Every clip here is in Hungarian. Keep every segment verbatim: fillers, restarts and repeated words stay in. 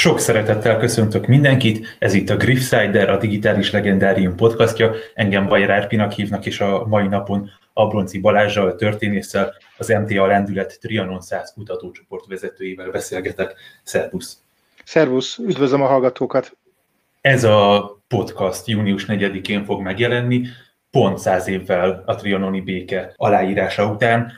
Sok szeretettel köszöntök mindenkit, ez itt a Griffsider, a Digitális Legendárium podcastja. Engem Bajer Árpinak hívnak, és a mai napon Ablonci Balázssal, történésszel, az em té á Lendület Trianon száz kutatócsoport vezetőjével beszélgetek. Szervusz! Szervusz, üdvözlöm a hallgatókat! Ez a podcast június negyedikén fog megjelenni, pont száz évvel a trianoni béke aláírása után.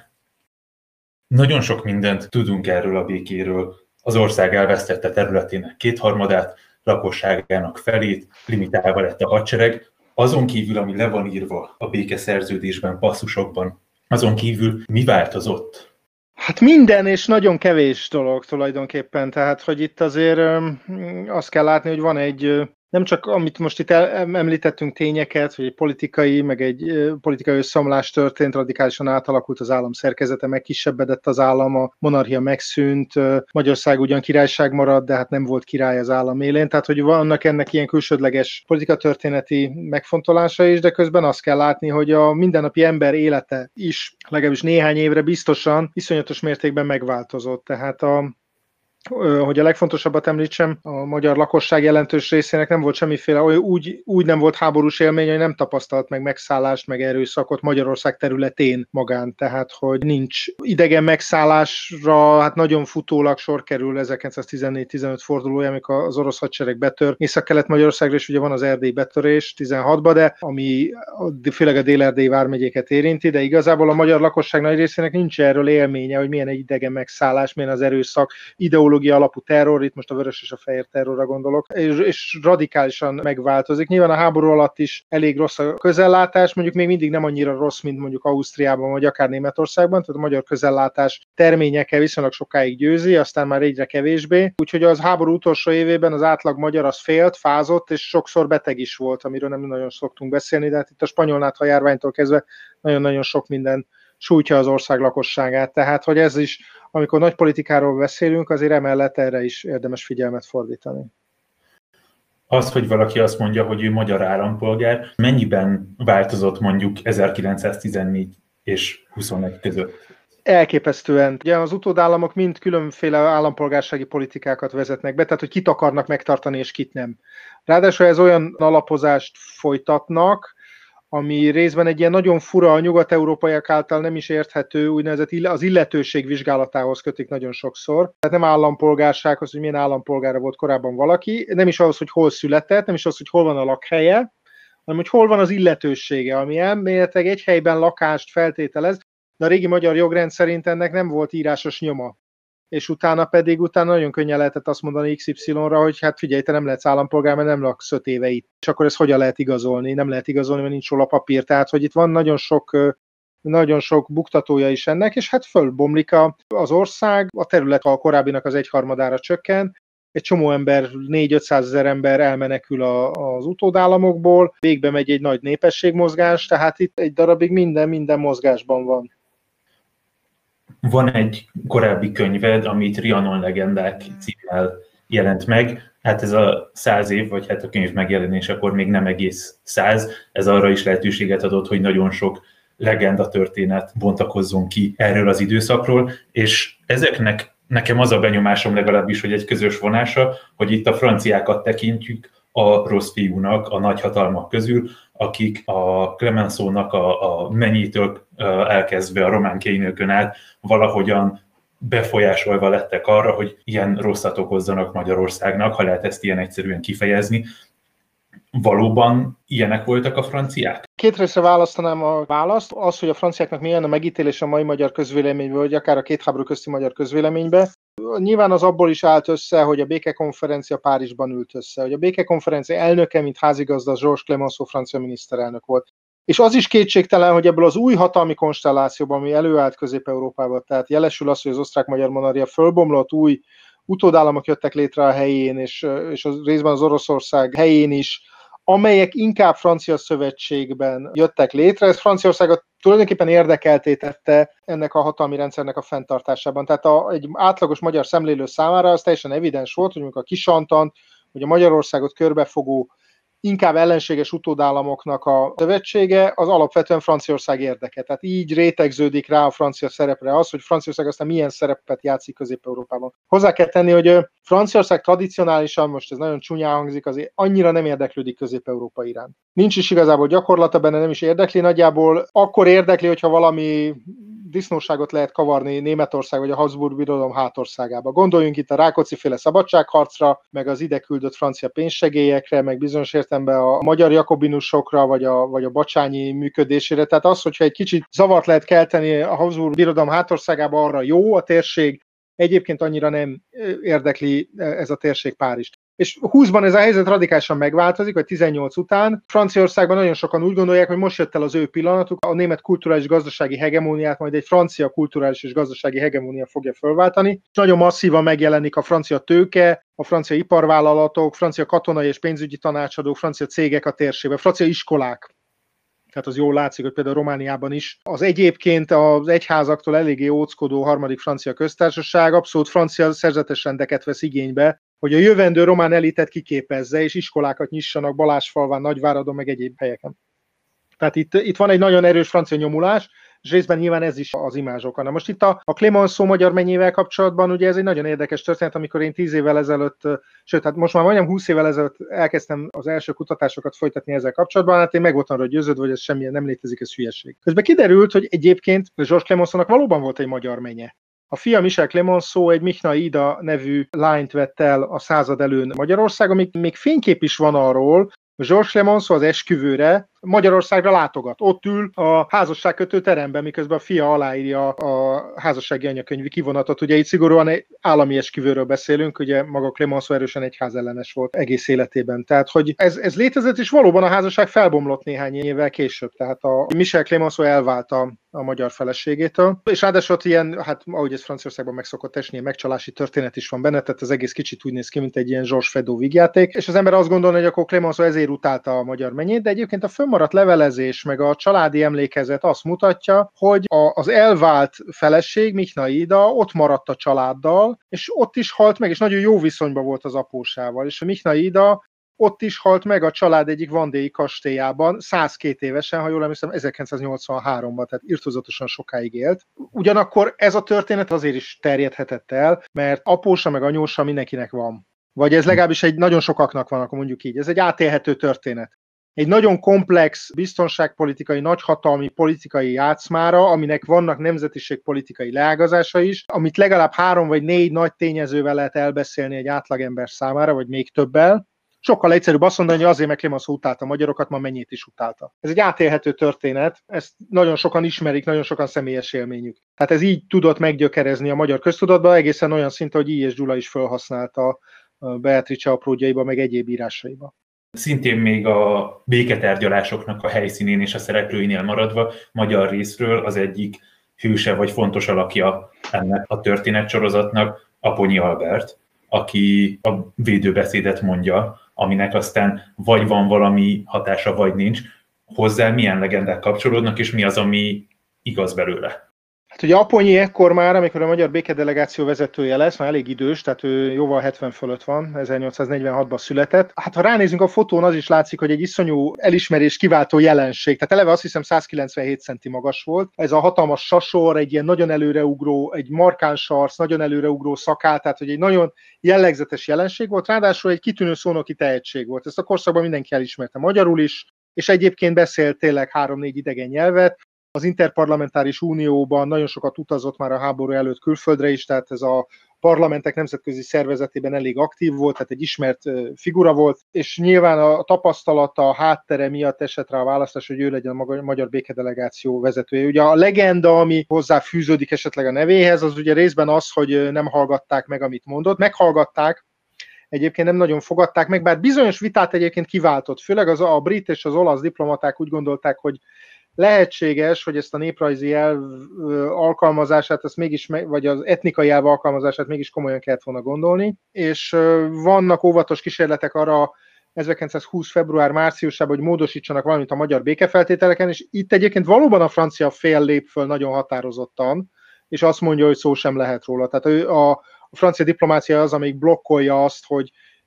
Nagyon sok mindent tudunk erről a békéről. Az ország elvesztette területének kétharmadát, lakosságának felét, limitálva lett a hadsereg. Azon kívül, ami le van írva a békeszerződésben, passzusokban, azon kívül mi változott? Hát minden és nagyon kevés dolog tulajdonképpen. Tehát, hogy itt azért azt kell látni, hogy van egy, nem csak amit most itt említettünk tényeket, hogy egy politikai, meg egy politikai összeomlás történt, radikálisan átalakult az állam szerkezete, meg kisebbedett az állam, a monarchia megszűnt, Magyarország ugyan királyság maradt, de hát nem volt király az állam élén, tehát hogy vannak ennek ilyen külsődleges politikatörténeti megfontolása is, de közben azt kell látni, hogy a mindennapi ember élete is legalábbis néhány évre biztosan iszonyatos mértékben megváltozott. Tehát a hogy a legfontosabbat említsem, a magyar lakosság jelentős részének nem volt semmiféle, úgy, úgy nem volt háborús élmény, hogy nem tapasztalt meg megszállást, meg erőszakot Magyarország területén magán. Tehát, hogy nincs idegen megszállásra, hát nagyon futólag sor kerül ezerkilencszáztizennégy tizenöt fordulója, amikor az orosz hadsereg betör Észak-Kelet-Magyarországra, és ugye van az erdélyi betörés tizenhatban, de ami főleg a dél-erdélyi vármegyéket érinti, de igazából a magyar lakosság nagy részének nincs erről élménye, hogy milyen egy idegen megszállás, milyen az erőszak, ideológiai alapú terror, itt most a vörös és a fehér terrorra gondolok, és, és radikálisan megváltozik. Nyilván a háború alatt is elég rossz a közellátás, mondjuk még mindig nem annyira rossz, mint mondjuk Ausztriában, vagy akár Németországban, tehát a magyar közellátás terményekkel viszonylag sokáig győzi, aztán már egyre kevésbé. Úgyhogy az háború utolsó évében az átlag magyar az félt, fázott, és sokszor beteg is volt, amiről nem nagyon szoktunk beszélni, de hát itt a spanyolnátha járványtól kezdve nagyon-nagyon sok minden sújtja az ország lakosságát. Tehát, hogy ez is, amikor nagy politikáról beszélünk, azért emellett erre is érdemes figyelmet fordítani. Az, hogy valaki azt mondja, hogy ő magyar állampolgár, mennyiben változott mondjuk ezerkilencszáztizennégy és huszonegy között? Elképesztően. Ugye az utódállamok mind különféle állampolgársági politikákat vezetnek be, tehát hogy kit akarnak megtartani és kit nem. Ráadásul ez olyan alapozást folytatnak, ami részben egy ilyen nagyon fura, a nyugat-európaiak által nem is érthető, úgynevezett az illetőség vizsgálatához kötik nagyon sokszor. Tehát nem állampolgársághoz, hogy milyen állampolgára volt korábban valaki, nem is ahhoz, hogy hol született, nem is ahhoz, hogy hol van a lakhelye, hanem hogy hol van az illetősége, ami elméletileg egy helyben lakást feltételez, de a régi magyar jogrend szerint ennek nem volt írásos nyoma. És utána pedig utána nagyon könnyen lehetett azt mondani iksz ipszilonra, hogy hát figyelj, te nem lehetsz állampolgár, mert nem laksz öt éve itt. És akkor ezt hogyan lehet igazolni? Nem lehet igazolni, mert nincs róla papír. Tehát, hogy itt van nagyon sok, nagyon sok buktatója is ennek, és hát fölbomlik az ország, a terület a korábbinak az egyharmadára csökken, egy csomó ember, négy-ötszázezer ember elmenekül az utódállamokból, végbe megy egy nagy népességmozgás, tehát itt egy darabig minden, minden mozgásban van. Van egy korábbi könyved, ami Trianon legendák címmel jelent meg. Hát ez a száz év, vagy hát a könyv megjelenésekor még nem egész száz. Ez arra is lehetőséget adott, hogy nagyon sok legenda történet bontakozzon ki erről az időszakról, és ezeknek nekem az a benyomásom legalábbis, hogy egy közös vonása, hogy itt a franciákat tekintjük a rossz fiúnak a nagyhatalmak közül, akik a Clemenceaunak a, a mennyitől elkezdve a román kényőkön át valahogyan befolyásolva lettek arra, hogy ilyen rosszat okozzanak Magyarországnak, ha lehet ezt ilyen egyszerűen kifejezni. Valóban ilyenek voltak a franciák? Két részre választanám a választ. Az, hogy a franciáknak milyen a megítélés a mai magyar közvéleményből, vagy akár a két háború közti magyar közvéleménybe. Nyilván az abból is állt össze, hogy a békekonferencia Párizsban ült össze. Hogy a békekonferencia elnöke, mint házigazda, Georges Clemenceau francia miniszterelnök volt. És az is kétségtelen, hogy ebből az új hatalmi konstellációban, ami előállt Közép-Európában, tehát jelesül az, hogy az osztrák-magyar monarchia fölbomlott, új utódállamok jöttek létre a helyén, és, és az részben az Oroszország helyén is, amelyek inkább Francia Szövetségben jöttek létre. Ez Franciaországot tulajdonképpen érdekelté tette ennek a hatalmi rendszernek a fenntartásában. Tehát a, egy átlagos magyar szemlélő számára az teljesen evidens volt, hogy mondjuk a Kisantant, hogy a Magyarországot körbefogó inkább ellenséges utódállamoknak a szövetsége, az alapvetően Franciaország érdeke. Tehát így rétegződik rá a francia szerepre az, hogy Franciaország aztán milyen szerepet játszik Közép-Európában. Hozzá kell tenni, hogy Franciaország tradicionálisan, most ez nagyon csúnyán hangzik, azért annyira nem érdeklődik Közép-Európa iránt. Nincs is igazából gyakorlata benne, nem is érdekli, nagyjából akkor érdekli, hogyha valami disznóságot lehet kavarni Németország vagy a Habsburg Birodalom hátországába. Gondoljunk itt a Rákóczi-féle szabadságharcra, meg az ide küldött francia pénzsegélyekre, meg bizonyos értelemben a magyar jakobinusokra, vagy a, vagy a bacsányi működésére. Tehát az, hogyha egy kicsit zavart lehet kelteni a Habsburg Birodalom hátországába, arra jó a térség, egyébként annyira nem érdekli ez a térség Párizst. És húszban ez a helyzet radikálisan megváltozik, vagy tizennyolc után. Franciaországban nagyon sokan úgy gondolják, hogy most jött el az ő pillanatuk, a német kulturális gazdasági hegemóniát majd egy francia kulturális és gazdasági hegemónia fogja fölváltani. Nagyon masszívan megjelenik a francia tőke, a francia iparvállalatok, francia katonai és pénzügyi tanácsadók, francia cégek a térségben, francia iskolák. Tehát az jól látszik, hogy például Romániában is az egyébként az egyházaktól eléggé óckodó harmadik francia köztársaság abszolút francia szerzetes rendeket vesz igénybe, hogy a jövendő román elitet kiképezze, és iskolákat nyissanak Balázsfalván, Nagyváradon, meg egyéb helyeken. Tehát itt, itt van egy nagyon erős francia nyomulás, és részben nyilván ez is az imázsok. Na most itt a, a Clemenceau magyar mennyével kapcsolatban ugye ez egy nagyon érdekes történet, amikor én tíz évvel ezelőtt, sőt, hát most már majdnem húsz évvel ezelőtt elkezdtem az első kutatásokat folytatni ezzel kapcsolatban, hát én meg voltam arra győződve, hogy ez semmilyen nem létezik, ez hülyeség. Közben kiderült, hogy egyébként Georges Clemenceaunak valóban volt egy magyar menye. A fia Michel Clemenceau egy Michna Ida nevű lányt vett el a század előn Magyarországon, még, még fénykép is van arról, Georges Clemenceau az esküvőre Magyarországra látogat. Ott ül a házasságkötő teremben, miközben a fia aláírja a házassági anyakönyvi kivonatot. Ugye itt szigorúan egy állami esküvőről beszélünk, ugye maga Clemenceau erősen egyházellenes volt egész életében. Tehát, hogy ez, ez létezett, és valóban a házasság felbomlott néhány évvel később. Tehát a Michel Clemenceau elvált a, a magyar feleségétől. És ráadásul ilyen, hát ahogy ez Franciaországban meg szokott esni, ilyen megcsalási történet is van benne, tehát az egész kicsit úgy néz ki, mint egy ilyen Georges Feydeau vígjáték. És az ember azt gondolna, hogy akkor Clemenceau ezért utálta a magyar mennyét, de egyébként a fönnmaradt levelezés, meg a családi emlékezet azt mutatja, hogy a, az elvált feleség, Michna Ida, ott maradt a családdal, és ott is halt meg, és nagyon jó viszonyban volt az apósával. És a Michna Ida ott is halt meg a család egyik vandélyi kastélyában, százkettő évesen, ha jól emlékszem, ezerkilencszáznyolcvanháromban, tehát irtózatosan sokáig élt. Ugyanakkor ez a történet azért is terjedhetett el, mert apósa meg anyósa mindenkinek van. Vagy ez legalábbis egy nagyon sokaknak van, akkor mondjuk így. Ez egy átélhető történet. Egy nagyon komplex biztonságpolitikai, nagyhatalmi politikai játszmára, aminek vannak nemzetiségpolitikai leágazása is, amit legalább három vagy négy nagy tényezővel lehet elbeszélni egy átlagember számára, vagy még többel. Sokkal egyszerűbb azt mondani, hogy azért, mert Clemenceau utálta a magyarokat, ma mennyit is utálta. Ez egy átélhető történet, ezt nagyon sokan ismerik, nagyon sokan személyes élményük. Tehát ez így tudott meggyökerezni a magyar köztudatba, egészen olyan szinten, hogy I. és Gyula is felhasználta Beatrice apródjaiba, meg egyéb írásaiba. Szintén még a béketárgyalásoknak a helyszínén és a szereplőinél maradva, magyar részről az egyik hőse vagy fontos alakja ennek a történetsorozatnak Aponyi Albert, aki a védőbeszédet mondja, aminek aztán vagy van valami hatása, vagy nincs. Hozzá milyen legendák kapcsolódnak, és mi az, ami igaz belőle? Hát ugye Aponyi ekkor már, amikor a magyar békedelegáció vezetője lesz, már elég idős, tehát ő jóval hetven fölött van, ezernyolcszáznegyvenhatban született. Hát ha ránézünk a fotón, az is látszik, hogy egy iszonyú elismerés kiváltó jelenség. Tehát eleve azt hiszem százkilencvenhét centi magas volt. Ez a hatalmas sasor, egy ilyen nagyon előreugró, egy markáns arc, nagyon előreugró szakál, tehát hogy egy nagyon jellegzetes jelenség volt, ráadásul egy kitűnő szónoki tehetség volt. Ezt a korszakban mindenki elismerte magyarul is, és egyébként beszélt tényleg három-négy idegen nyelvet. Az Interparlamentáris Unióban nagyon sokat utazott már a háború előtt külföldre is, tehát ez a parlamentek nemzetközi szervezetében elég aktív volt, tehát egy ismert figura volt, és nyilván a tapasztalata, a háttere miatt esett rá a választás, hogy ő legyen a magyar békedelegáció vezetője. Ugye a legenda, ami hozzá fűződik esetleg a nevéhez, az ugye részben az, hogy nem hallgatták meg, amit mondott. Meghallgatták, egyébként nem nagyon fogadták meg, bár bizonyos vitát egyébként kiváltott, főleg az a brit és az olasz diplomaták úgy gondolták, hogy lehetséges, hogy ezt a néprajzi elv alkalmazását, ezt mégis, vagy az etnikai elv alkalmazását mégis komolyan kellett volna gondolni, és vannak óvatos kísérletek arra ezerkilencszázhúsz. február-márciusában, hogy módosítsanak valamit a magyar békefeltételeken, és itt egyébként valóban a francia fél lép föl nagyon határozottan, és azt mondja, hogy szó sem lehet róla. Tehát ő, a, a francia diplomácia az, amelyik blokkolja azt, hogy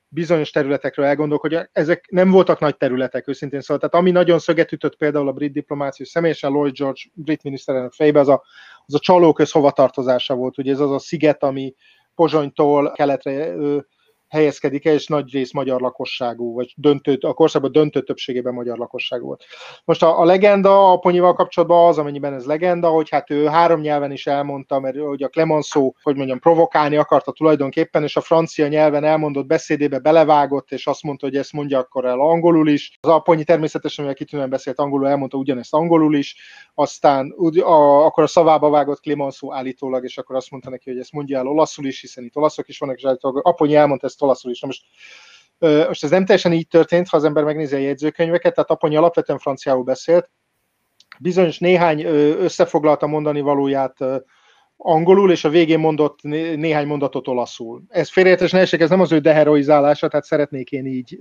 bizonyos területekről elgondolkodja, ezek nem voltak nagy területek, őszintén szóval. Tehát ami nagyon szöget ütött például a brit diplomácia, személyesen Lloyd George, brit miniszterelnök fejbe, az a, az a csalóköz hovatartozása volt. Ugye ez az a sziget, ami Pozsonytól keletre helyezkedik el, és nagy rész magyar lakosságú, vagy döntő, a korszakban döntő többségében magyar lakosságú volt. Most a, a legenda Aponyival kapcsolatban az, amennyiben ez legenda, hogy hát ő három nyelven is elmondta, mert hogy a Clemenceau, hogy mondjam, provokálni akarta tulajdonképpen, és a francia nyelven elmondott beszédébe belevágott, és azt mondta, hogy ezt mondja akkor el angolul is. Az Aponyi természetesen, mivel kitűnően beszélt angolul, elmondta ugyanezt angolul is, aztán a, akkor a szavába vágott Clemenceau állítólag, és akkor azt mondta neki, hogy ezt mondja el olaszul is, hiszen itt olaszok is vannak, és állítólag Aponyi elmondta ezt olaszul is. Na most, most ez nem teljesen így történt, ha az ember megnézi a jegyzőkönyveket, tehát Aponyi alapvetően franciául beszélt, bizonyos néhány összefoglalta mondani valóját angolul, és a végén mondott néhány mondatot olaszul. Ez félreértés ne essék, ez nem az ő deheroizálása, tehát szeretnék én így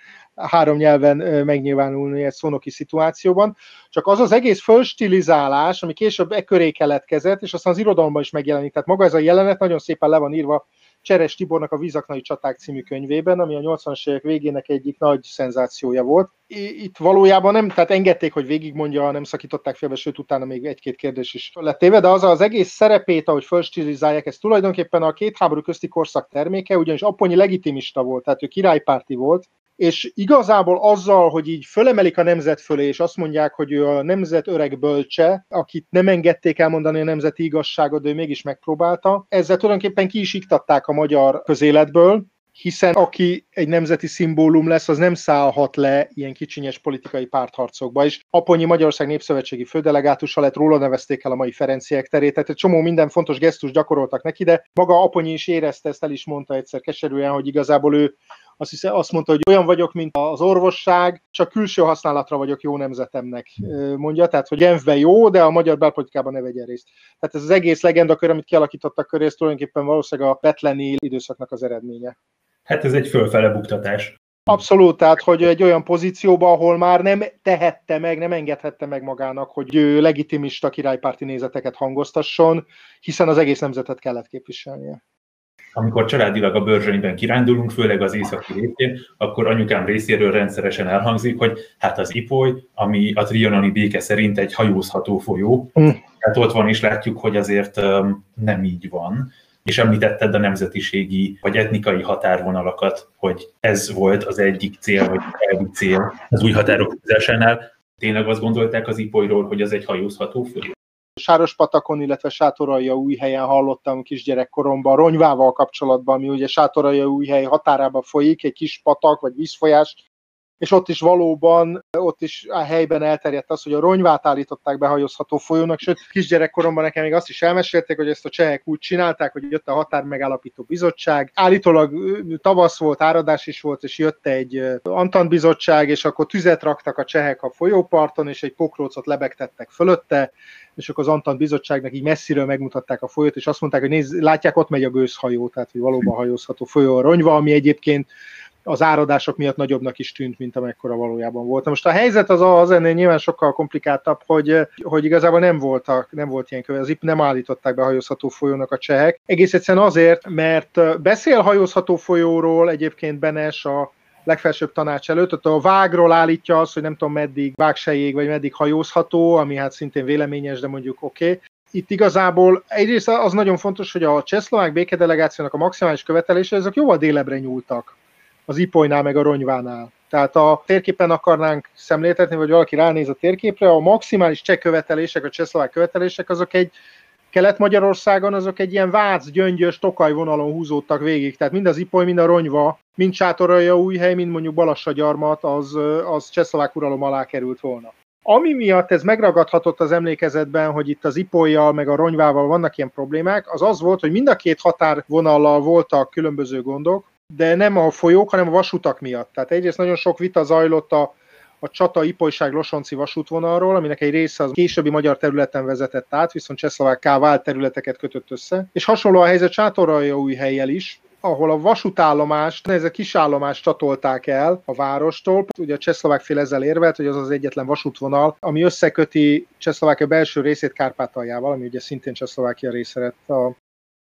három nyelven megnyilvánulni egy szónoki szituációban, csak az az egész fölstilizálás, ami később e köré keletkezett, és aztán az irodalomban is megjelenik. Tehát maga ez a jelenet nagyon szépen le van írva Cseres Tibornak a Vízaknai csaták című könyvében, ami a nyolcvanas évek végének egyik nagy szenzációja volt. Itt valójában nem, tehát engedték, hogy végigmondja, nem szakították félbe, sőt utána még egy-két kérdés is lett téve, de az az egész szerepét, ahogy fölstilizálják, ez tulajdonképpen a két háború közti korszak terméke, ugyanis Aponyi legitimista volt, tehát ő királypárti volt, és igazából azzal, hogy így fölemelik a nemzet fölé, és azt mondják, hogy ő a nemzet öreg bölcse, akit nem engedték elmondani a nemzeti igazságot, de ő mégis megpróbálta, ezzel tulajdonképpen ki is iktatták a magyar közéletből, hiszen aki egy nemzeti szimbólum lesz, az nem szállhat le ilyen kicsinyes politikai pártharcokba. És Aponyi Magyarország Népszövetségi fődelegátusa lett, róla nevezték el a mai Ferenciek terét, tehát egy csomó minden fontos gesztus gyakoroltak neki, de maga Aponyi is érezte, ezt el is mondta egyszer keserűen, hogy igazából ő azt, hiszem, azt mondta, hogy olyan vagyok, mint az orvosság, csak külső használatra vagyok jó nemzetemnek, mondja, tehát hogy Genfben jó, de a magyar belpolitikában ne vegyen részt. Tehát ez az egész legendakör, amit kialakítottak köré, ez tulajdonképpen valószínűleg a betleni időszaknak az eredménye. Hát ez egy fölfele buktatás. Abszolút, tehát hogy egy olyan pozícióban, ahol már nem tehette meg, nem engedhette meg magának, hogy ő legitimista királypárti nézeteket hangoztasson, hiszen az egész nemzetet kellett képviselnie. Amikor családilag a Börzsönyben kirándulunk, főleg az északi részén, akkor anyukám részéről rendszeresen elhangzik, hogy hát az Ipoly, ami a trianoni béke szerint egy hajózható folyó, mm. hát ott van is látjuk, hogy azért um, nem így van. És említetted a nemzetiségi vagy etnikai határvonalakat, hogy ez volt az egyik cél, vagy elvi cél az új határok húzásánál. Tényleg azt gondolták az Ipolyról, hogy az egy hajózható folyó? Sárospatakon, illetve Sátoraljaújhelyen hallottam kisgyerekkoromban Ronyvával kapcsolatban, ami ugye Sátoraljaújhely határában folyik, egy kis patak vagy vízfolyás, és ott is valóban, ott is a helyben elterjedt az, hogy a Ronyvát állították behajózható folyónak, sőt, kisgyerekkoromban nekem még azt is elmesélték, hogy ezt a csehek úgy csinálták, hogy jött a határmegállapító bizottság, állítólag tavasz volt, áradás is volt, és jött egy Antant bizottság, és akkor tüzet raktak a csehek a folyóparton, és egy pokrócot lebegtettek fölötte, és akkor az Antant bizottságnak így messziről megmutatták a folyót, és azt mondták, hogy nézd, látják, ott megy a gőzhajó, tehát hogy valóban hajózható folyó a Ronyva, ami egyébként az áradások miatt nagyobbnak is tűnt, mint amekkora valójában volt. Most a helyzet az, az ennél nyilván sokkal komplikáltabb, hogy, hogy igazából nem, voltak, nem volt ilyen köve, az I P nem állították be hajózható folyónak a csehek. Egész egyszerűen azért, mert beszél hajózható folyóról egyébként Benes a legfelsőbb tanács előtt, ott a vágról állítja azt, hogy nem tudom meddig vágsejjég, vagy meddig hajózható, ami hát szintén véleményes, de mondjuk oké. Okay. Itt igazából egyrészt az nagyon fontos, hogy a csehszlovák békedelegációnak a maximális követelése, ezek jóval délebbre nyúltak az Ipolynál meg a Ronyvánál. Tehát a térképen akarnánk szemléltetni, vagy valaki ránéz a térképre, a maximális cseh követelések, a csehszlovák követelések, azok egy Kelet-Magyarországon, azok egy ilyen vác, gyöngyös, tokaj vonalon húzódtak végig. Tehát mind az Ipoly, mind a Ronyva, mind Sátoraljaújhely, mind mondjuk Balassagyarmat, az, az csehszlovák uralom alá került volna. Ami miatt ez megragadhatott az emlékezetben, hogy itt az Ipollyal meg a Ronyvával vannak ilyen problémák, az az volt, hogy mind a két határvonallal voltak különböző gondok, de nem a folyók, hanem a vasutak miatt. Tehát egyrészt nagyon sok vita zajlott a, a Csata-Ipolyság-Losonci vasútvonalról, aminek egy része az későbbi magyar területen vezetett át, viszont csehszlovákká vált területeket kötött össze. És hasonló a helyzet Sátoraljaújhellyel is, ahol a vasútállomást, ez a kisállomást csatolták el a várostól. Ugye a csehszlovák fél ezzel érvelt, hogy az az egyetlen vasútvonal, ami összeköti Csehszlovákia belső részét Kárpátaljával, ami ugye szintén Csehszlovákia része lett a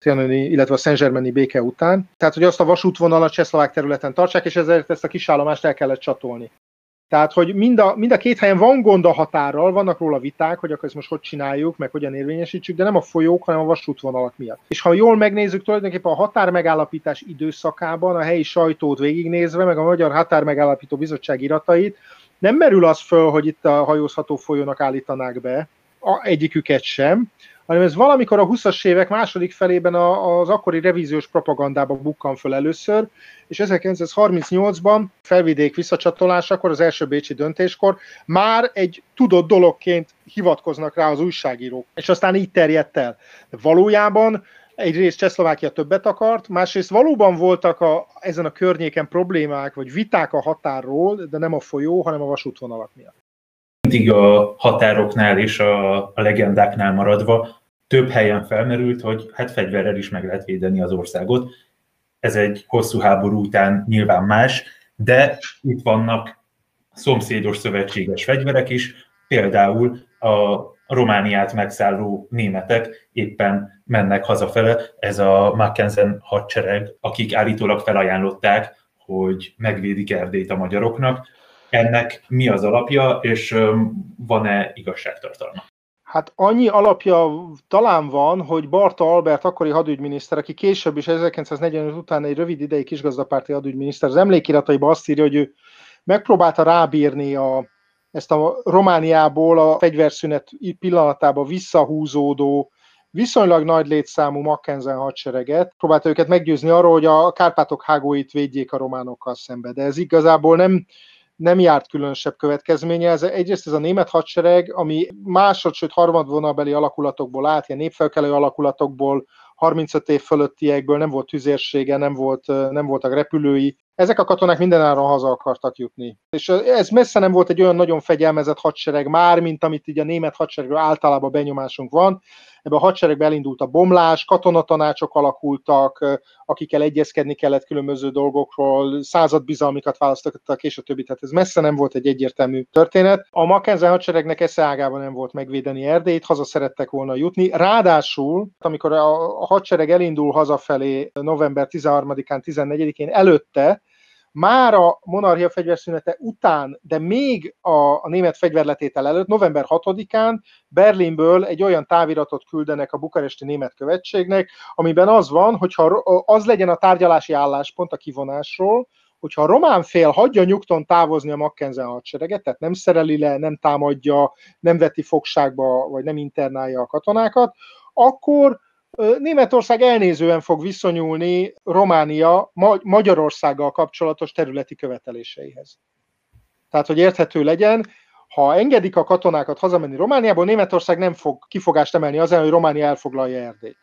trianoni, illetve a Saint-Germaini béke után. Tehát, hogy azt a vasútvonalat csehszlovák területen tartsák, és ezért ezt a kisállomást el kellett csatolni. Tehát, hogy mind a, mind a két helyen van gond a határral, vannak róla viták, hogy akkor ezt most hogy csináljuk, meg hogyan érvényesítsük, de nem a folyók, hanem a vasútvonalak miatt. És ha jól megnézzük, tulajdonképpen a határmegállapítás időszakában a helyi sajtót végignézve, meg a Magyar Határmegállapító Bizottság iratait, nem merül az föl, hogy itt a hajózható folyónak állítanák be, a, egyiküket sem, hanem ez valamikor a huszas évek második felében az akkori revíziós propagandában bukkan föl először, és ezerkilencszázharmincnyolcban felvidék visszacsatolásakor, az első bécsi döntéskor már egy tudott dologként hivatkoznak rá az újságírók, és aztán így terjedt el. De valójában egyrészt Csehszlovákia többet akart, másrészt valóban voltak a, ezen a környéken problémák, vagy viták a határról, de nem a folyó, hanem a vasútvonalak miatt. Mindig a határoknál és a, a legendáknál maradva több helyen felmerült, hogy hát fegyverrel is meg lehet védeni az országot. Ez egy hosszú háború után nyilván más, de itt vannak szomszédos szövetséges fegyverek is, például a Romániát megszálló németek éppen mennek hazafele, ez a Mackensen hadsereg, akik állítólag felajánlották, hogy megvédik Erdélyt a magyaroknak. Ennek mi az alapja, és van-e igazságtartalma? Hát annyi alapja talán van, hogy Barta Albert akkori hadügyminiszter, aki később is ezerkilencszáznegyvenöt után egy rövid ideig kisgazdapárti hadügyminiszter, az emlékirataiban azt írja, hogy ő megpróbálta rábírni a, ezt a Romániából a fegyverszünet pillanatában visszahúzódó, viszonylag nagy létszámú Mackensen hadsereget, próbálta őket meggyőzni arról, hogy a Kárpátok hágóit védjék a románokkal szembe. De ez igazából nem, nem járt különösebb következménye. Ez, egyrészt ez a német hadsereg, ami másod, sőt harmadvonalbeli alakulatokból állt, ilyen népfelkelő alakulatokból, harmincöt év fölöttiekből, nem volt tüzérsége, nem, volt, nem voltak repülői. Ezek a katonák mindenáron haza akartak jutni. És ez messze nem volt egy olyan nagyon fegyelmezett hadsereg már, mint amit így a német hadseregről általában benyomásunk van. Ebben a hadseregben elindult a bomlás, katonatanácsok alakultak, akikkel egyezkedni kellett különböző dolgokról, századbizalmikat választottak, és a többi. Tehát ez messze nem volt egy egyértelmű történet. A Mackensen hadseregnek esze ágában nem volt megvédeni Erdélyt, haza szerettek volna jutni. Ráadásul, amikor a hadsereg elindul hazafelé november tizenharmadikán, tizennegyedikén előtte, már a monarchia fegyverszünete után, de még a, a német fegyverletétel előtt, november hatodikán Berlinből egy olyan táviratot küldenek a bukaresti német követségnek, amiben az van, hogyha az legyen a tárgyalási álláspont a kivonásról, hogyha a román fél hagyja nyugton távozni a Mackensen hadsereget, tehát nem szereli le, nem támadja, nem veti fogságba, vagy nem internálja a katonákat, akkor Németország elnézően fog viszonyulni Románia Magyarországgal kapcsolatos területi követeléseihez. Tehát, hogy érthető legyen, ha engedik a katonákat hazamenni Romániából, Németország nem fog kifogást emelni azon, hogy Románia elfoglalja Erdélyt.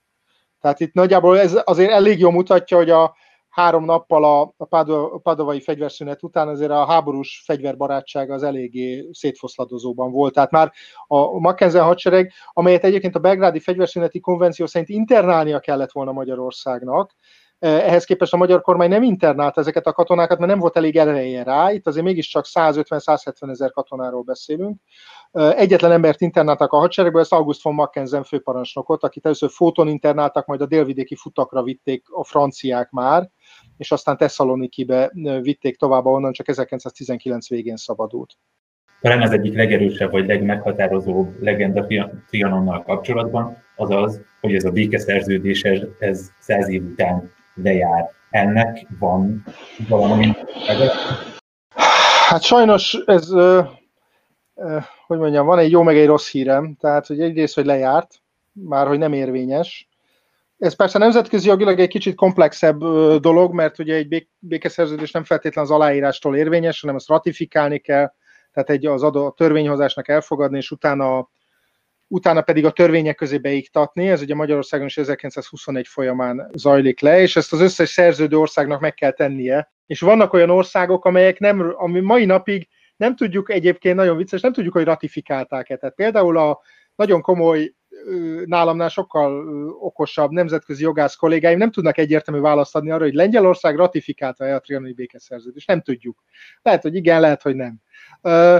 Tehát itt nagyjából ez azért elég jól mutatja, hogy a három nappal a, a padovai fegyverszünet után azért a háborús fegyverbarátság az eléggé szétfoszladozóban volt. Tehát már a Mackensen hadsereg, amelyet egyébként a belgrádi fegyverszüneti konvenció szerint internálnia kellett volna Magyarországnak, ehhez képest a magyar kormány nem internálta ezeket a katonákat, mert nem volt elég ereje rá, itt azért mégiscsak százötven-százhetven ezer katonáról beszélünk. Egyetlen embert internáltak a hadseregből, ezt August von Mackensen főparancsnokot, akit először Fóton internáltak, majd a délvidéki futakra vitték a franciák már, és aztán Tesszalonikibe vitték tovább, onnan csak ezerkilencszáztizenkilenc végén szabadult. Talán az egyik legerősebb vagy legmeghatározóbb legenda Trianonnal kapcsolatban az az, hogy ez a békeszerződés, ez száz év után lejár. Ennek van valami? Hát sajnos ez, hogy mondjam, van egy jó meg egy rossz hírem. Tehát, hogy egyrészt, hogy lejárt, már hogy nem érvényes. Ez persze nemzetközi jogilag egy kicsit komplexebb dolog, mert ugye egy békeszerződés nem feltétlenül az aláírástól érvényes, hanem azt ratifikálni kell, tehát egy az adó törvényhozásnak elfogadni, és utána, utána pedig a törvények közé beiktatni. Ez ugye Magyarországon is ezerkilencszázhuszonegy folyamán zajlik le, és ezt az összes szerződő országnak meg kell tennie. És vannak olyan országok, amelyek nem, ami mai napig nem tudjuk, egyébként nagyon vicces, nem tudjuk, hogy ratifikálták-e. Tehát például a nagyon komoly, nálamnál sokkal okosabb nemzetközi jogász kollégáim nem tudnak egyértelmű választ adni arra, hogy Lengyelország ratifikálta-e a trianoni békeszerződést. Nem tudjuk. Lehet, hogy igen, lehet, hogy nem.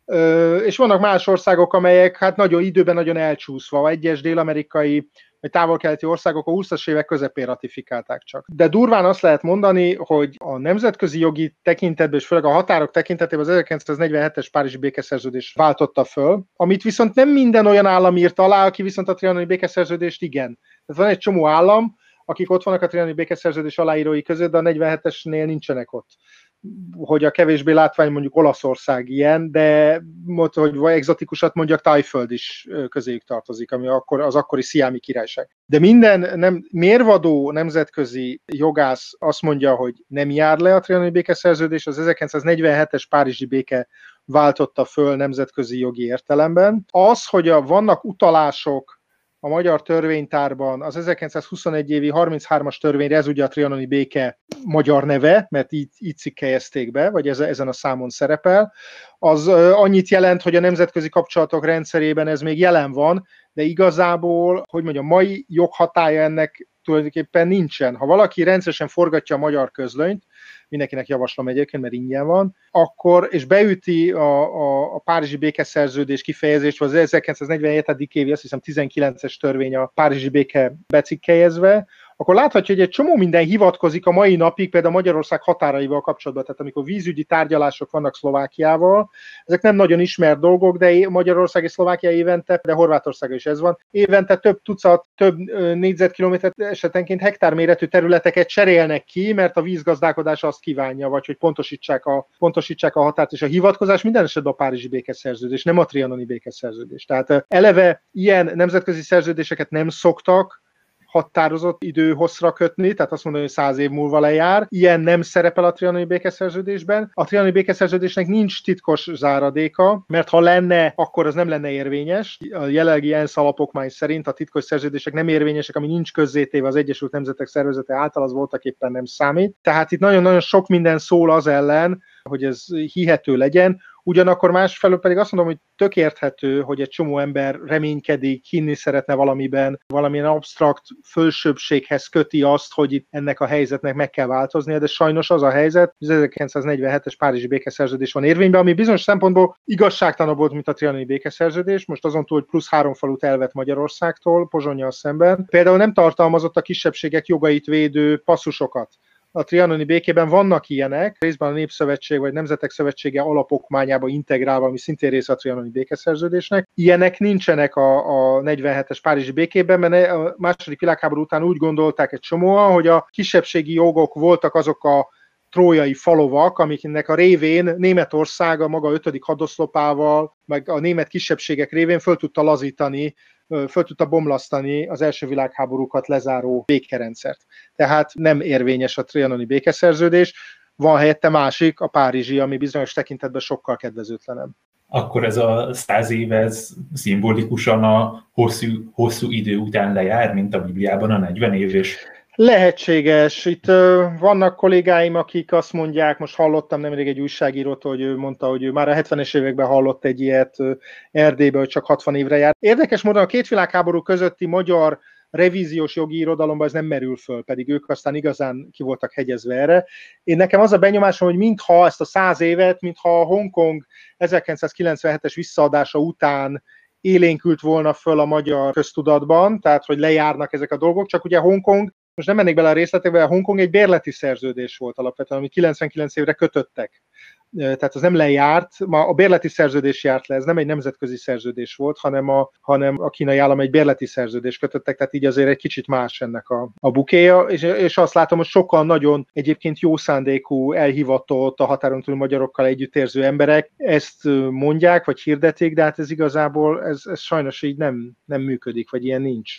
És vannak más országok, amelyek hát nagyon időben nagyon elcsúszva, egyes dél-amerikai vagy távol-keleti országok a húszas évek közepén ratifikálták csak. De durván azt lehet mondani, hogy a nemzetközi jogi tekintetben, és főleg a határok tekintetében az ezerkilencszáznegyvenhetes Párizsi békeszerződés váltotta föl, amit viszont nem minden olyan állam írt alá, aki viszont a trianoni békeszerződést igen. Tehát van egy csomó állam, akik ott vannak a trianoni békeszerződés aláírói között, de a negyvenhetesnél nincsenek ott. Hogy a kevésbé látvány mondjuk Olaszország ilyen, de hogy vagy egzotikusat mondjak, Tájföld is közéjük tartozik, ami akkor, az akkori Sziámi Királyság. De minden nem, mérvadó nemzetközi jogász azt mondja, hogy nem jár le a trianoni békeszerződés, az ezerkilencszáznegyvenhetes Párizsi béke váltotta föl nemzetközi jogi értelemben. Az, hogy a, vannak utalások a magyar törvénytárban az ezerkilencszázhuszonegy évi harminchármas törvényre, ez ugye a trianoni béke magyar neve, mert így, így cikkelyezték be, vagy ezen a számon szerepel, az annyit jelent, hogy a nemzetközi kapcsolatok rendszerében ez még jelen van, de igazából, hogy mondjam, mai joghatálya ennek tulajdonképpen nincsen. Ha valaki rendszeresen forgatja a magyar közlönyt, mindenkinek javaslom egyébként, mert ingyen van, akkor, és beüti a, a, a Párizsi békeszerződés kifejezést, vagy az ezerkilencszáznegyvenhetedik évi, azt hiszem tizenkilences törvény a Párizsi béke becikkelyezve, akkor láthatja, hogy egy csomó minden hivatkozik a mai napig, például Magyarország határaival kapcsolatban, tehát amikor vízügyi tárgyalások vannak Szlovákiával, ezek nem nagyon ismert dolgok, de Magyarország és Szlovákia évente, de Horvátország is ez van, évente több tucat, több négyzetkilométer, esetenként hektárméretű területeket cserélnek ki, mert a vízgazdálkodás azt kívánja, vagy hogy pontosítsák a, pontosítsák a határt, és a hivatkozás minden esetben a Párizsi békeszerződés, nem a trianoni békeszerződés. Tehát eleve ilyen nemzetközi szerződéseket nem szoktak határozott időhosszra kötni, tehát azt mondani, hogy száz év múlva lejár. Ilyen nem szerepel a trianoni békeszerződésben. A trianoni békeszerződésnek nincs titkos záradéka, mert ha lenne, akkor az nem lenne érvényes. A jelenlegi ENSZ alapokmány szerint a titkos szerződések nem érvényesek, ami nincs közzétéve az Egyesült Nemzetek Szervezete által, az voltak éppen nem számít. Tehát itt nagyon-nagyon sok minden szól az ellen, hogy ez hihető legyen. Ugyanakkor másfelől pedig azt mondom, hogy tök érthető, hogy egy csomó ember reménykedik, hinni szeretne valamiben, valamilyen absztrakt fölsőbbséghez köti azt, hogy itt ennek a helyzetnek meg kell változnia, de sajnos az a helyzet, hogy az ezerkilencszáznegyvenhetes Párizsi békeszerződés van érvényben, ami bizonyos szempontból igazságtalanabb volt, mint a trianoni békeszerződés, most azon túl, hogy plusz három falut elvett Magyarországtól, Pozsonnyal szemben. Például nem tartalmazott a kisebbségek jogait védő passzusokat. A trianoni békében vannak ilyenek, részben a Népszövetség vagy Nemzetek Szövetsége alapokmányába integrálva, ami szintén része a trianoni békeszerződésnek. Ilyenek nincsenek a, a negyvenhetes Párizsi békében, mert a második világháború után úgy gondolták egy csomóan, hogy a kisebbségi jogok voltak azok a trójai falovak, amiknek a révén Németország a maga ötödik hadoszlopával, meg a német kisebbségek révén föl tudta lazítani, föl tudta bomlasztani az első világháborúkat lezáró békerendszert. Tehát nem érvényes a trianoni békeszerződés, van helyette másik, a párizsi, ami bizonyos tekintetben sokkal kedvezőtlenebb. Akkor ez a száz év, ez szimbolikusan a hosszú, hosszú idő után lejár, mint a Bibliában a negyven év, és lehetséges. Itt uh, vannak kollégáim, akik azt mondják, most hallottam nemrég egy újságírótól, hogy ő mondta, hogy ő már a hetvenes években hallott egy ilyet uh, Erdélybe, hogy csak hatvan évre jár. Érdekes módon a két világháború közötti magyar revíziós jogi irodalomban ez nem merül föl, pedig ők aztán igazán ki voltak hegyezve erre. Én nekem az a benyomásom, hogy mintha ezt a száz évet, mintha a Hongkong ezerkilencszázkilencvenhetes visszaadása után élénkült volna föl a magyar köztudatban, tehát hogy lejárnak ezek a dolgok, csak ugye Hongkong, most nem mennék bele a részletekbe, a Hongkong egy bérleti szerződés volt alapvetően, ami kilencvenkilenc évre kötöttek. Tehát az nem lejárt, ma a bérleti szerződés járt le, ez nem egy nemzetközi szerződés volt, hanem a, hanem a kínai állam egy bérleti szerződés kötöttek, tehát így azért egy kicsit más ennek a, a bukéja, és, és azt látom, hogy sokan nagyon egyébként jó szándékú, elhivatott, a határon túl magyarokkal együttérző emberek ezt mondják, vagy hirdetik, de hát ez igazából, ez, ez sajnos így nem, nem működik, vagy ilyen nincs.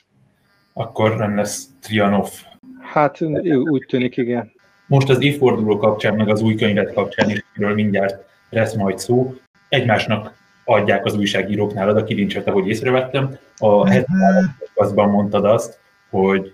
Akkor nem lesz Trianov. Hát úgy tűnik, igen. Most az évforduló kapcsán, meg az új könyvet kapcsán is, miről mindjárt lesz majd szó. Egymásnak adják az újságírók nálad a kilincset, ahogy észrevettem. A hetvenkazban mondtad azt, hogy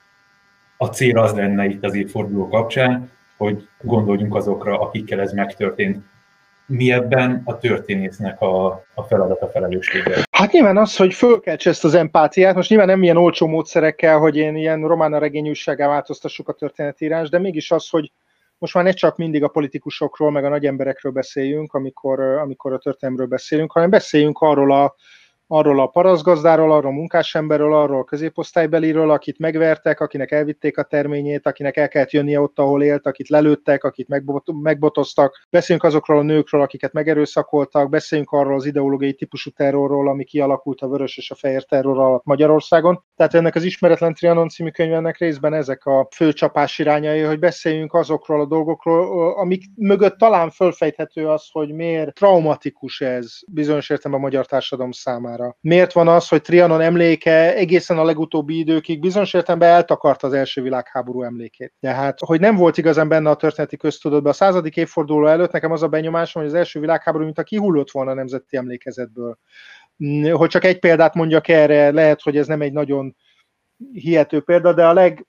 a cél az lenne itt az évforduló kapcsán, hogy gondoljunk azokra, akikkel ez megtörtént. Mi ebben a történésznek a, a feladata, felelőssége? Hát nyilván az, hogy fölkeltse ezt az empátiát, most nyilván nem ilyen olcsó módszerekkel, hogy én ilyen román regény újsággá változtassuk a történetírás, de mégis az, hogy, most már ne csak mindig a politikusokról, meg a nagy emberekről beszéljünk, amikor, amikor a történelemről beszélünk, hanem beszéljünk arról a arról a parasztgazdáról, arról a munkásemberről, arról a középosztálybeliről, akit megvertek, akinek elvitték a terményét, akinek el kellett jönnie ott, ahol élt, akit lelőttek, akit megbotoztak. Beszéljünk azokról a nőkről, akiket megerőszakoltak, beszéljünk arról az ideológiai típusú terrorról, ami kialakult a vörös és a fehér terror alatt Magyarországon. Tehát ennek az Ismeretlen Trianon című könyvnek részben ezek a fő csapás irányai, hogy beszéljünk azokról a dolgokról, amik mögött talán fölfejthető az, hogy miért traumatikus ez bizonyos értelemben a magyar társadalom számára. Miért van az, hogy Trianon emléke egészen a legutóbbi időkig bizonyos értelemben eltakarta az első világháború emlékét. Tehát, hogy nem volt igazán benne a történeti köztudatban. A századik évforduló előtt nekem az a benyomásom, hogy az első világháború mint a kihullott volna a nemzeti emlékezetből. Hogy csak egy példát mondjak erre, lehet, hogy ez nem egy nagyon hihető példa, de a leg,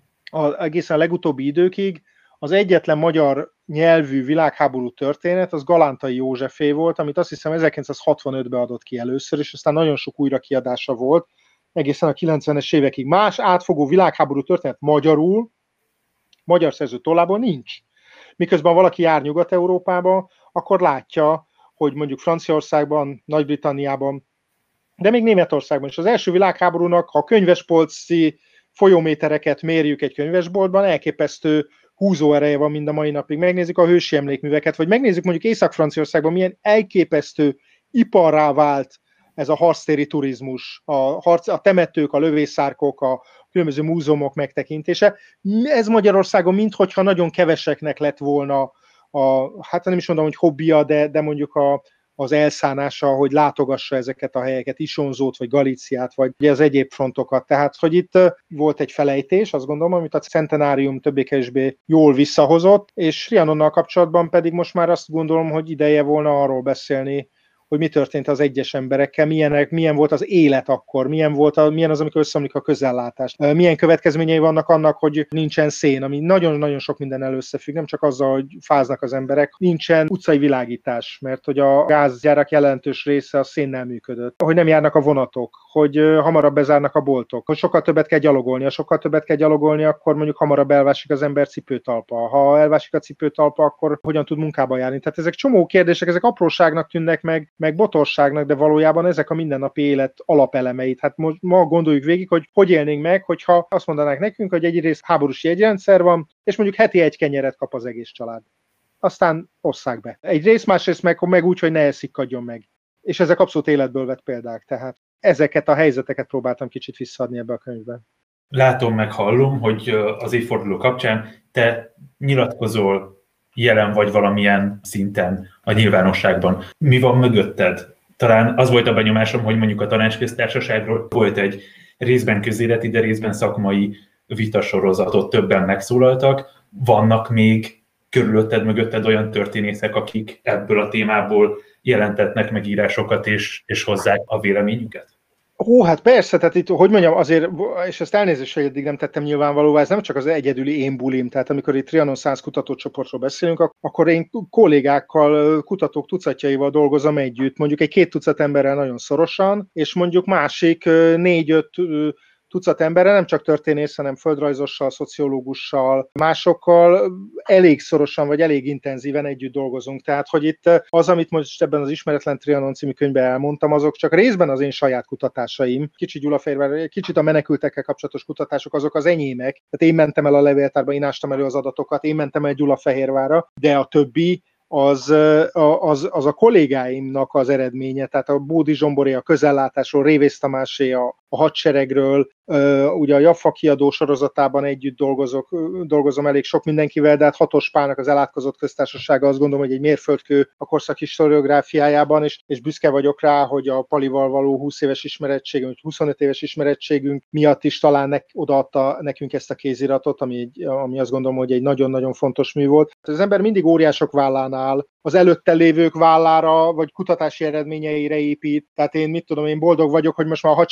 a, egészen a legutóbbi időkig az egyetlen magyar nyelvű világháború történet, az Galántai Józsefé volt, amit azt hiszem ezerkilencszázhatvanötben adott ki először, és aztán nagyon sok újrakiadása volt, egészen a kilencvenes évekig. Más átfogó világháború történet magyarul, magyar szerző tollából nincs. Miközben valaki jár Nyugat-Európába, akkor látja, hogy mondjuk Franciaországban, Nagy-Britanniában, de még Németországban is. Az első világháborúnak, ha a könyvespolci folyómétereket mérjük egy könyvesboltban, elképesztő húzóereje van mind a mai napig. Megnézzük a hősi emlékműveket, vagy megnézzük mondjuk Észak-Franciaországban milyen elképesztő iparrá vált ez a harctéri turizmus, a, harc, a temetők, a lövészárkok, a különböző múzeumok megtekintése. Ez Magyarországon minthogyha nagyon keveseknek lett volna, a, hát nem is mondom, hogy hobbija, de, de mondjuk a, az elszánása, hogy látogassa ezeket a helyeket, Isonzót, vagy Galíciát, vagy az egyéb frontokat. Tehát, hogy itt volt egy felejtés, azt gondolom, amit a Centenárium többé-kevésbé jól visszahozott, és Trianonnal kapcsolatban pedig most már azt gondolom, hogy ideje volna arról beszélni, hogy mi történt az egyes emberekkel, milyenek, milyen volt az élet akkor, milyen, volt a, milyen az, amikor összeomlik a közellátás. Milyen következményei vannak annak, hogy nincsen szén, ami nagyon-nagyon sok minden összefügg, nem csak azzal, hogy fáznak az emberek, nincsen utcai világítás, mert hogy a gázgyárak jelentős része a szénnel működött, hogy nem járnak a vonatok, hogy hamarabb bezárnak a boltok, hogy sokkal többet kell gyalogolni, ha sokkal többet kell gyalogolni, akkor mondjuk hamarabb elvásik az ember cipőtalpa. Ha elvásik a cipőtalpa, akkor hogyan tud munkába járni? Tehát ezek csomó kérdések, ezek apróságnak tűnnek meg, meg botorságnak, de valójában ezek a mindennapi élet alapelemeit. Hát most ma gondoljuk végig, hogy hogy élnénk meg, hogyha azt mondanák nekünk, hogy egyrészt háborús jegyrendszer van, és mondjuk heti egy kenyeret kap az egész család. Aztán osszák be. Egyrészt, másrészt meg, meg úgy, hogy ne eszikadjon meg. És ezek abszolút életből vett példák. Tehát ezeket a helyzeteket próbáltam kicsit visszaadni ebbe a könyvben. Látom, meg hallom, hogy az évforduló kapcsán te nyilatkozol, jelen vagy valamilyen szinten a nyilvánosságban. Mi van mögötted? Talán az volt a benyomásom, hogy mondjuk a Tanácsköztársaságról volt egy részben közéleti, de részben szakmai vitasorozatot, többen megszólaltak. Vannak még körülötted, mögötted olyan történészek, akik ebből a témából jelentetnek meg írásokat és, és hozzák a véleményüket? Ó, hát persze, tehát itt, hogy mondjam, azért, és ezt elnézést, hogy eddig nem tettem nyilvánvalóvá, ez nem csak az egyedüli én bulim, tehát amikor itt Trianon száz kutatócsoportról beszélünk, akkor én kollégákkal, kutatók tucatjaival dolgozom együtt, mondjuk egy két tucat emberrel nagyon szorosan, és mondjuk másik négy-öt tucat emberre, nem csak történész, hanem földrajzossal, szociológussal, másokkal elég szorosan, vagy elég intenzíven együtt dolgozunk. Tehát, hogy itt az, amit most ebben az Ismeretlen Trianon című könyvben elmondtam, azok csak részben az én saját kutatásaim. Kicsit Gyulafehérvár, kicsit a menekültekkel kapcsolatos kutatások, azok az enyémek. Tehát én mentem el a levéltárba, én ástam elő az adatokat, én mentem el Gyulafehérvárra, de a többi Az, az, az a kollégáimnak az eredménye, tehát a Bódi Zsomboré a közellátásról, Révész Tamásé a, a hadseregről, ugye a Jaffa kiadó sorozatában együtt dolgozok, dolgozom elég sok mindenkivel, de hát Hatos Pálnak az Elátkozott Köztársasága azt gondolom, hogy egy mérföldkő a korszak historiográfiájában, és, és büszke vagyok rá, hogy a Palival való húsz éves ismerettségünk, vagy huszonöt éves ismerettségünk miatt is talán nek, odaadta nekünk ezt a kéziratot, ami, egy, ami azt gondolom, hogy egy nagyon-nagyon fontos mű volt. Az ember mindig óriások vállán áll, az előtte lévők vállára, vagy kutatási eredményeire épít. Tehát én mit tudom, én boldog vagyok, hogy most már a hadseregen nem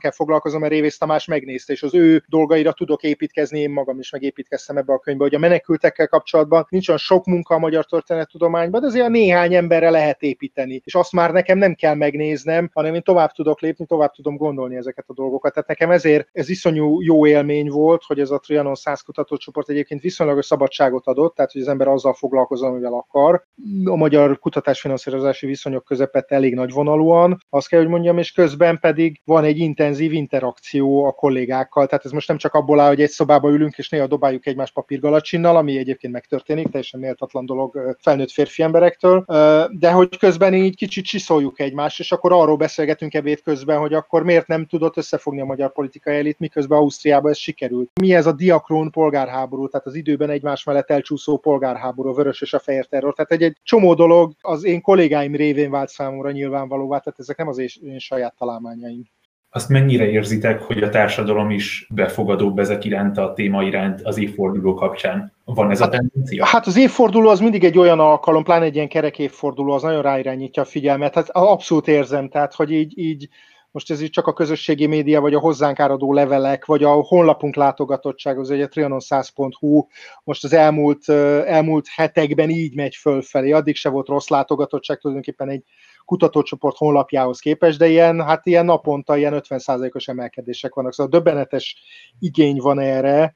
kell foglalkoznom, mert Révész Tamás megnézte, és az ő dolgaira tudok építkezni, én magam is megépítkeztem ebbe a könyvbe, hogy a menekültekkel kapcsolatban nincs olyan sok munka a magyar történettudományban, de azért a néhány emberre lehet építeni, és azt már nekem nem kell megnéznem, hanem én tovább tudok lépni, tovább tudom gondolni ezeket a dolgokat. Tehát nekem ezért ez iszonyú jó élmény volt, hogy ez a Trianon száz kutatócsoport egyébként viszonylag szabadságot adott, tehát hogy az ember azzal foglalkozom, amivel akar. A magyar kutatásfinanszírozási viszonyok közepette elég nagyvonalúan, azt kell, hogy mondjam, és közben pedig van egy intenzív interakció a kollégákkal, tehát ez most nem csak abból áll, hogy egy szobába ülünk, és néha dobáljuk egymást papírgalacsinnal, ami egyébként megtörténik, teljesen méltatlan dolog felnőtt férfi emberektől, de hogy közben így kicsit csiszoljuk egymást, és akkor arról beszélgetünk ebéd közben, hogy akkor miért nem tudott összefogni a magyar politikai elit, miközben Ausztriában ez sikerült. Mi ez a diakrón polgárháború, tehát az időben egymás mellett elcsúszó polgárháború, a vörös és a fehér terror. Tehát egy, egy csomó dolog az én kollégáim révén vált számomra nyilvánvalóvá, tehát ezek nem az én saját találmányaim. Azt mennyire érzitek, hogy a társadalom is befogadóbb ezek iránt, a téma iránt az évforduló kapcsán? Van ez a tendencia? Hát az évforduló az mindig egy olyan alkalom, pláne egy ilyen kerek évforduló, az nagyon ráirányítja a figyelmet. Hát abszolút érzem, tehát hogy így, így most ez így csak a közösségi média, vagy a hozzánk áradó levelek, vagy a honlapunk látogatottság, az egy a trianon száz pont hu, most az elmúlt, elmúlt hetekben így megy fölfelé. Addig se volt rossz látogatottság, tulajdonképpen egy kutatócsoport honlapjához képest, de ilyen, hát ilyen naponta ilyen ötven százalékos emelkedések vannak. Szóval döbbenetes igény van erre,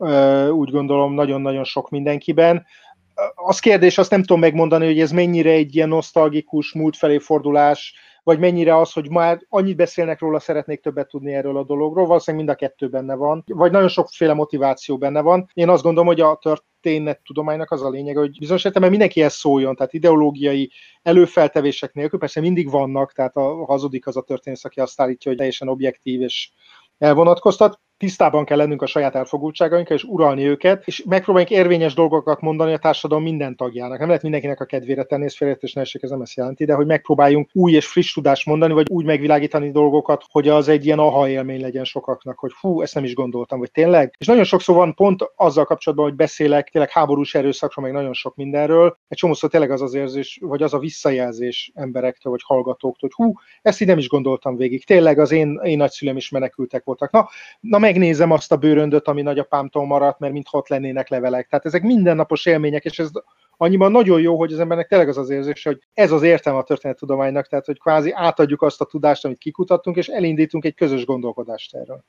úgy gondolom nagyon-nagyon sok mindenkiben. Az kérdés, azt nem tudom megmondani, hogy ez mennyire egy ilyen nosztalgikus, múlt felé fordulás, vagy mennyire az, hogy már annyit beszélnek róla, szeretnék többet tudni erről a dologról, valószínűleg mind a kettő benne van, vagy nagyon sokféle motiváció benne van. Én azt gondolom, hogy a történettudománynak az a lényeg, hogy bizonyos értelemben mindenkihez szóljon, tehát ideológiai előfeltevések nélkül, persze mindig vannak, tehát a hazudik az a történész, aki azt állítja, hogy teljesen objektív és elvonatkoztat. Tisztában kell lennünk a saját elfogultságainkkal, és uralni őket, és megpróbáljunk érvényes dolgokat mondani a társadalom minden tagjának. Nem lehet mindenkinek a kedvére tenni, ez félreértés ne essék, ez nem ezt jelenti, de hogy megpróbáljunk új és friss tudást mondani, vagy úgy megvilágítani dolgokat, hogy az egy ilyen aha élmény legyen sokaknak, hogy hú, ezt nem is gondoltam, vagy tényleg. És nagyon sokszor van pont azzal kapcsolatban, hogy beszélek tényleg háborús erőszakról, meg nagyon sok mindenről. Egy csomószor tényleg az az érzés, vagy az a visszajelzés emberektől, vagy hallgatóktól, hogy hú, ezt így nem is gondoltam végig. Tényleg az én, én nagyszülem is menekültek voltak. Na, na megnézem azt a bőröndöt, ami nagyapámtól maradt, mert mintha ott lennének levelek. Tehát ezek mindennapos élmények, és ez annyiban nagyon jó, hogy az embernek tényleg az az érzés, hogy ez az értelme a történettudománynak, tehát hogy kvázi átadjuk azt a tudást, amit kikutattunk, és elindítunk egy közös gondolkodást erről.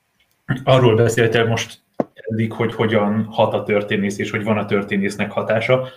Arról beszéltél most eddig, hogy hogyan hat a történész, és hogy van a történésznek hatása.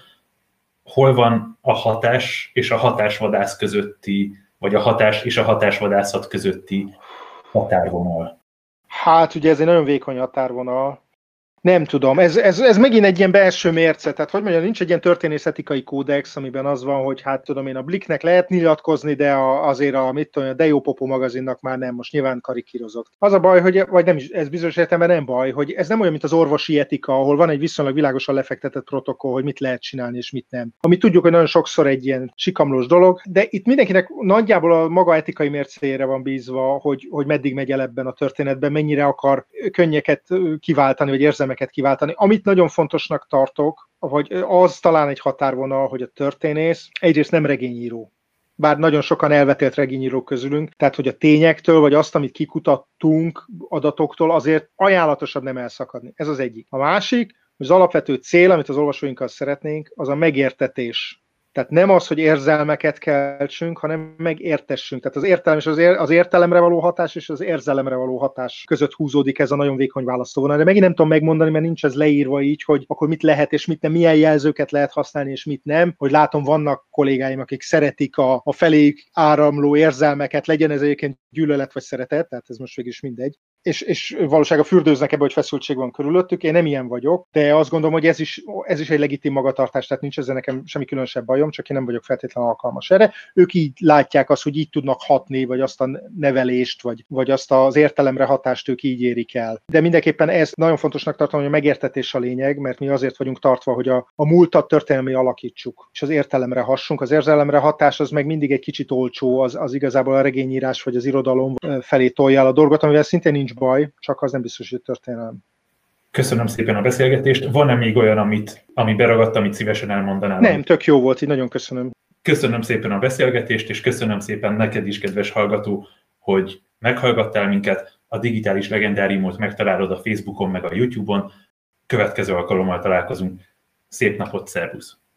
Hol van a hatás és a hatásvadász közötti, vagy a hatás és a hatásvadászat közötti határvonal? Hát ugye ez egy nagyon vékony határvonal. Nem tudom, ez, ez, ez megint egy ilyen belső mérce, tehát hogy mondjam, nincs egy ilyen történészetikai kódex, amiben az van, hogy hát tudom én, a Blicknek lehet nyilatkozni, de a, azért a, mit tudom, a De Jó Popó magazinnak már nem, most nyilván karikírozok. Az a baj, hogy, vagy nem is, ez bizonyos értelemben nem baj, hogy ez nem olyan, mint az orvosi etika, ahol van egy viszonylag világosan lefektetett protokoll, hogy mit lehet csinálni és mit nem. Ami tudjuk, hogy nagyon sokszor egy ilyen sikamlós dolog, de itt mindenkinek nagyjából a maga etikai mércéjére van bízva, hogy, hogy meddig megy el ebben a történetben, mennyire akar könnyeket kiváltani, vagy érzelmeket kiváltani. Amit nagyon fontosnak tartok, vagy az talán egy határvonal, hogy a történész egyrészt nem regényíró. Bár nagyon sokan elvetélt regényírók közülünk, tehát hogy a tényektől, vagy azt, amit kikutattunk adatoktól, azért ajánlatosabb nem elszakadni. Ez az egyik. A másik, hogy az alapvető cél, amit az olvasóinkkal szeretnénk, az a megértetés. Tehát nem az, hogy érzelmeket keltsünk, hanem megértessünk. Tehát az értelem és az, ér, az értelemre való hatás és az érzelemre való hatás között húzódik ez a nagyon vékony választóvonal. De megint nem tudom megmondani, mert nincs ez leírva így, hogy akkor mit lehet és mit nem, milyen jelzőket lehet használni és mit nem. Hogy látom, vannak kollégáim, akik szeretik a, a feléjük áramló érzelmeket, legyen ez egyébként gyűlölet vagy szeretet, tehát ez most végig is mindegy. És, és valósággal fürdőznek ebbe, hogy feszültség van körülöttük. Én nem ilyen vagyok, de azt gondolom, hogy ez is, ez is egy legitim magatartás, tehát nincs ezzel nekem semmi különösebb bajom, csak én nem vagyok feltétlenül alkalmas erre. Ők így látják azt, hogy így tudnak hatni, vagy azt a nevelést, vagy, vagy azt az értelemre hatást ők így érik el. De mindenképpen ez nagyon fontosnak tartom, hogy a megértetés a lényeg, mert mi azért vagyunk tartva, hogy a, a múltat történelmi alakítsuk, és az értelemre hassunk. Az érzelemre hatás az meg mindig egy kicsit olcsó, az, az igazából a regényírás vagy az irodalom felé tolja el a dolgot, amivel szintén nincs baj, csak az nem biztos, hogy történelem. Köszönöm szépen a beszélgetést. Van-e még olyan, amit, ami beragadt, amit szívesen elmondanál? Nem, tök jó volt, így nagyon köszönöm. Köszönöm szépen a beszélgetést, és köszönöm szépen neked is, kedves hallgató, hogy meghallgattál minket, a Digitális Legendáriumot megtalálod a Facebookon meg a YouTube-on. Következő alkalommal találkozunk. Szép napot, szervusz!